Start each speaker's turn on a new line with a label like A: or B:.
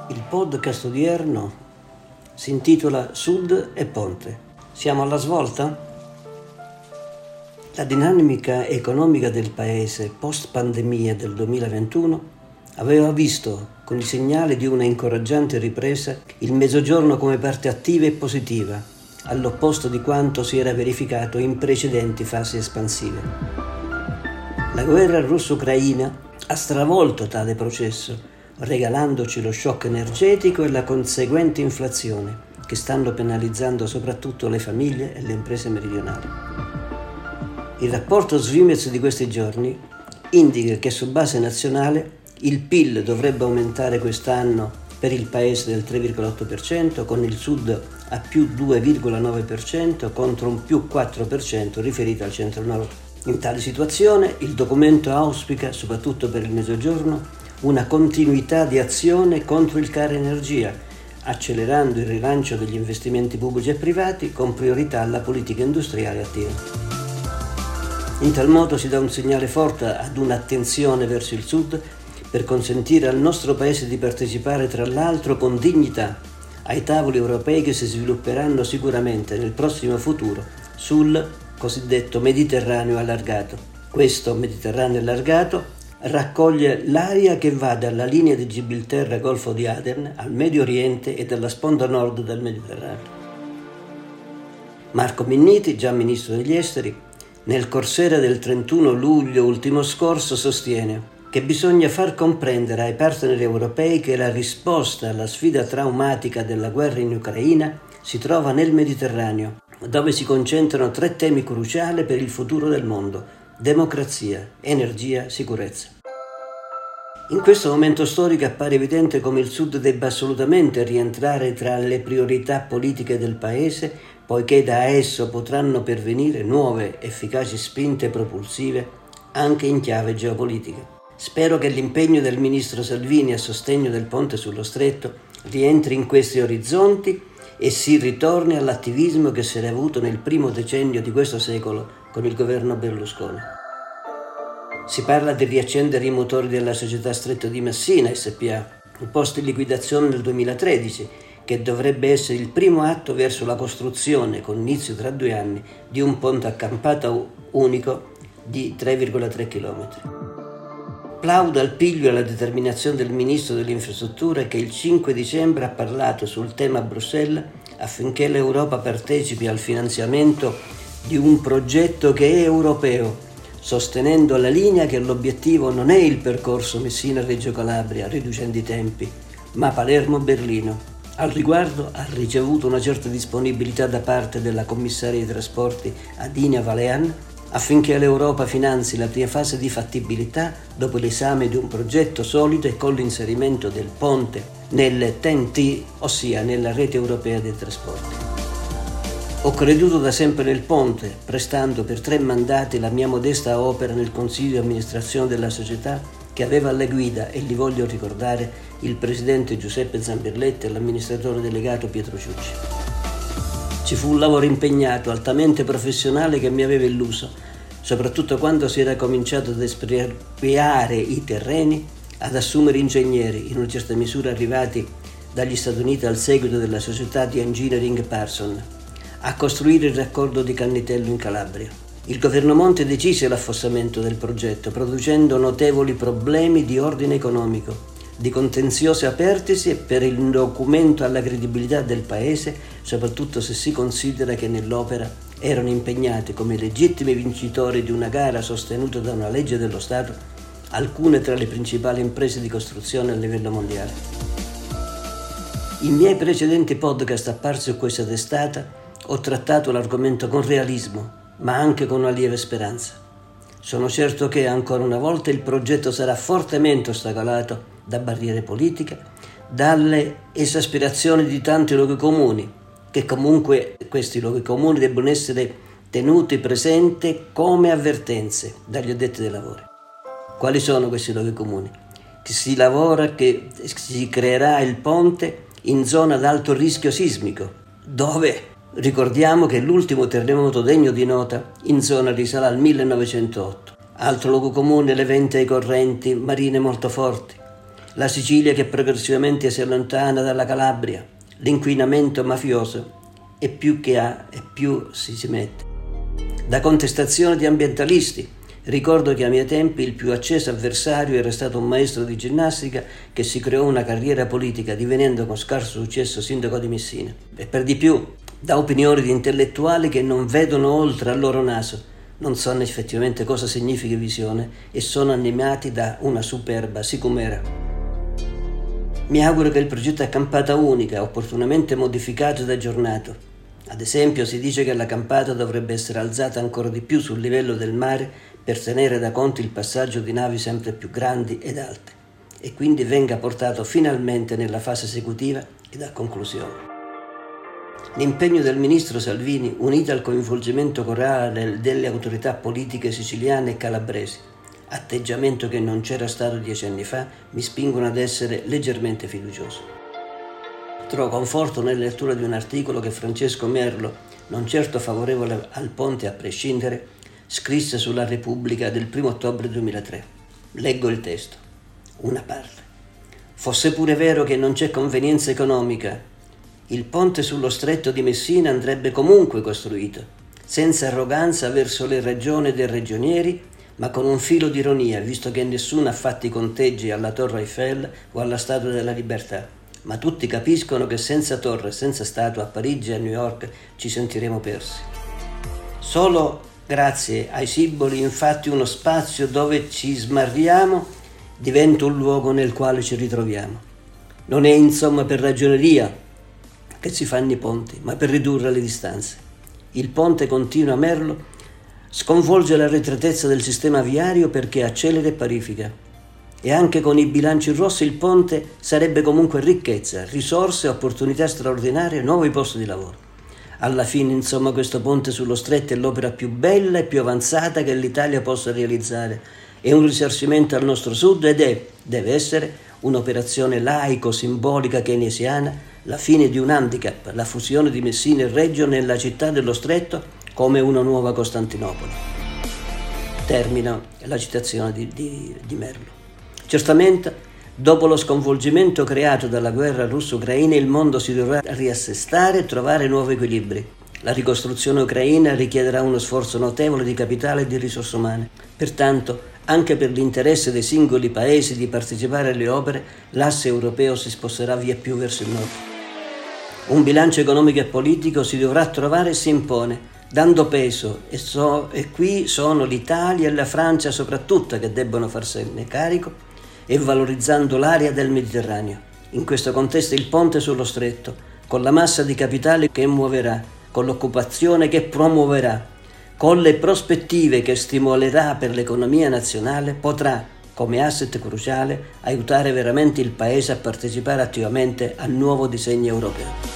A: Il podcast odierno si intitola Sud e Ponte. Siamo alla svolta? La dinamica economica del paese post-pandemia del 2021 aveva visto, con i segnali di una incoraggiante ripresa, il Mezzogiorno come parte attiva e positiva, all'opposto di quanto si era verificato in precedenti fasi espansive. La guerra russo-ucraina ha stravolto tale processo, regalandoci lo shock energetico e la conseguente inflazione, che stanno penalizzando soprattutto le famiglie e le imprese meridionali. Il rapporto Svimez di questi giorni indica che su base nazionale il PIL dovrebbe aumentare quest'anno per il paese del 3,8%, con il Sud a più 2,9% contro un più 4% riferito al centro-nord. In tale situazione il documento auspica, soprattutto per il Mezzogiorno, una continuità di azione contro il caro energia, accelerando il rilancio degli investimenti pubblici e privati con priorità alla politica industriale attiva. In tal modo si dà un segnale forte ad un'attenzione verso il Sud per consentire al nostro Paese di partecipare tra l'altro con dignità ai tavoli europei che si svilupperanno sicuramente nel prossimo futuro sul cosiddetto Mediterraneo allargato. Questo Mediterraneo allargato raccoglie l'area che va dalla linea di Gibilterra Golfo di Aden al Medio Oriente e dalla sponda nord del Mediterraneo. Marco Minniti, già ministro degli esteri, nel Corsera del 31 luglio ultimo scorso sostiene che bisogna far comprendere ai partner europei che la risposta alla sfida traumatica della guerra in Ucraina si trova nel Mediterraneo, dove si concentrano tre temi cruciali per il futuro del mondo: democrazia, energia, sicurezza. In questo momento storico appare evidente come il Sud debba assolutamente rientrare tra le priorità politiche del Paese, poiché da esso potranno pervenire nuove, efficaci spinte propulsive anche in chiave geopolitica. Spero che l'impegno del ministro Salvini a sostegno del ponte sullo Stretto rientri in questi orizzonti e si ritorni all'attivismo che si era avuto nel primo decennio di questo secolo con il governo Berlusconi. Si parla di riaccendere i motori della società Stretto di Messina SpA, posto in liquidazione nel 2013, che dovrebbe essere il primo atto verso la costruzione, con inizio tra 2 anni, di un ponte a campata unico di 3,3 km. Plaudo al piglio e alla determinazione del ministro delle infrastrutture che il 5 dicembre ha parlato sul tema a Bruxelles affinché l'Europa partecipi al finanziamento di un progetto che è europeo, sostenendo la linea che l'obiettivo non è il percorso Messina-Reggio Calabria, riducendo i tempi, ma Palermo-Berlino. Al riguardo ha ricevuto una certa disponibilità da parte della commissaria dei trasporti Adina Valean affinché l'Europa finanzi la prima fase di fattibilità dopo l'esame di un progetto solido e con l'inserimento del ponte nelle TEN-T, ossia nella rete europea dei trasporti. Ho creduto da sempre nel ponte, prestando per 3 mandati la mia modesta opera nel consiglio di amministrazione della società che aveva alla guida, e li voglio ricordare, il presidente Giuseppe Zamberletti e l'amministratore delegato Pietro Ciucci. Ci fu un lavoro impegnato, altamente professionale, che mi aveva illuso, soprattutto quando si era cominciato ad espropriare i terreni, ad assumere ingegneri, in una certa misura arrivati dagli Stati Uniti al seguito della società di engineering Parson, a costruire il raccordo di Cannitello in Calabria. Il governo Monti decise l'affossamento del progetto, producendo notevoli problemi di ordine economico, di contenziosi apertisi e per il documento alla credibilità del Paese, soprattutto se si considera che nell'opera erano impegnati come legittimi vincitori di una gara sostenuta da una legge dello Stato alcune tra le principali imprese di costruzione a livello mondiale. In miei precedenti podcast apparsi su questa testata ho trattato l'argomento con realismo, ma anche con una lieve speranza. Sono certo che ancora una volta il progetto sarà fortemente ostacolato da barriere politiche, dalle esasperazioni di tanti luoghi comuni, che comunque questi luoghi comuni debbono essere tenuti presenti come avvertenze dagli addetti ai lavori. Quali sono questi luoghi comuni? Che si lavora, che si creerà il ponte in zona ad alto rischio sismico, dove ricordiamo che l'ultimo terremoto degno di nota in zona risale al 1908. Altro luogo comune, le venti ai correnti marine molto forti. la Sicilia che progressivamente si allontana dalla Calabria, l'inquinamento mafioso e più che ha e più si mette. Da contestazione di ambientalisti. Ricordo che ai miei tempi il più acceso avversario era stato un maestro di ginnastica che si creò una carriera politica divenendo con scarso successo sindaco di Messina. E per di più, da opinioni di intellettuali che non vedono oltre al loro naso, non sanno effettivamente cosa significa visione e sono animati da una superba sicumera. Mi auguro che il progetto a campata unica, opportunamente modificato ed aggiornato. Ad esempio si dice che la campata dovrebbe essere alzata ancora di più sul livello del mare per tenere da conto il passaggio di navi sempre più grandi ed alte e quindi venga portato finalmente nella fase esecutiva ed a conclusione. L'impegno del ministro Salvini, unito al coinvolgimento corale delle autorità politiche siciliane e calabresi, atteggiamento che non c'era stato 10 anni fa, mi spingono ad essere leggermente fiducioso. Trovo conforto nella lettura di un articolo che Francesco Merlo, non certo favorevole al ponte a prescindere, scrisse sulla Repubblica del 1 ottobre 2003. Leggo il testo, una parte. Fosse pure vero che non c'è convenienza economica, il ponte sullo stretto di Messina andrebbe comunque costruito, senza arroganza verso le regioni dei regionieri, ma con un filo di ironia, visto che nessuno ha fatto i conteggi alla Torre Eiffel o alla Statua della Libertà. Ma tutti capiscono che senza torre, senza statua a Parigi e a New York ci sentiremo persi. Solo grazie ai simboli, infatti, uno spazio dove ci smarriamo diventa un luogo nel quale ci ritroviamo. Non è insomma per ragioneria che si fanno i ponti, ma per ridurre le distanze. Il ponte, continua Merlo, sconvolge l'arretratezza del sistema viario perché accelera e parifica. E anche con i bilanci rossi il ponte sarebbe comunque ricchezza, risorse, opportunità straordinarie, nuovi posti di lavoro. Alla fine, insomma, questo ponte sullo stretto è l'opera più bella e più avanzata che l'Italia possa realizzare. È un risarcimento al nostro sud ed deve essere, un'operazione laico-simbolica keynesiana, la fine di un handicap, la fusione di Messina e Reggio nella città dello stretto come una nuova Costantinopoli. Termino la citazione di Merlo. Certamente, dopo lo sconvolgimento creato dalla guerra russo-ucraina, il mondo si dovrà riassestare e trovare nuovi equilibri. La ricostruzione ucraina richiederà uno sforzo notevole di capitale e di risorse umane. Pertanto, anche per l'interesse dei singoli paesi di partecipare alle opere, l'asse europeo si sposterà via più verso il nord. Un bilancio economico e politico si dovrà trovare e si impone, dando peso, e qui sono l'Italia e la Francia soprattutto che debbono farsene carico, e valorizzando l'area del Mediterraneo. In questo contesto il ponte sullo stretto, con la massa di capitale che muoverà, con l'occupazione che promuoverà, con le prospettive che stimolerà per l'economia nazionale, potrà, come asset cruciale, aiutare veramente il Paese a partecipare attivamente al nuovo disegno europeo.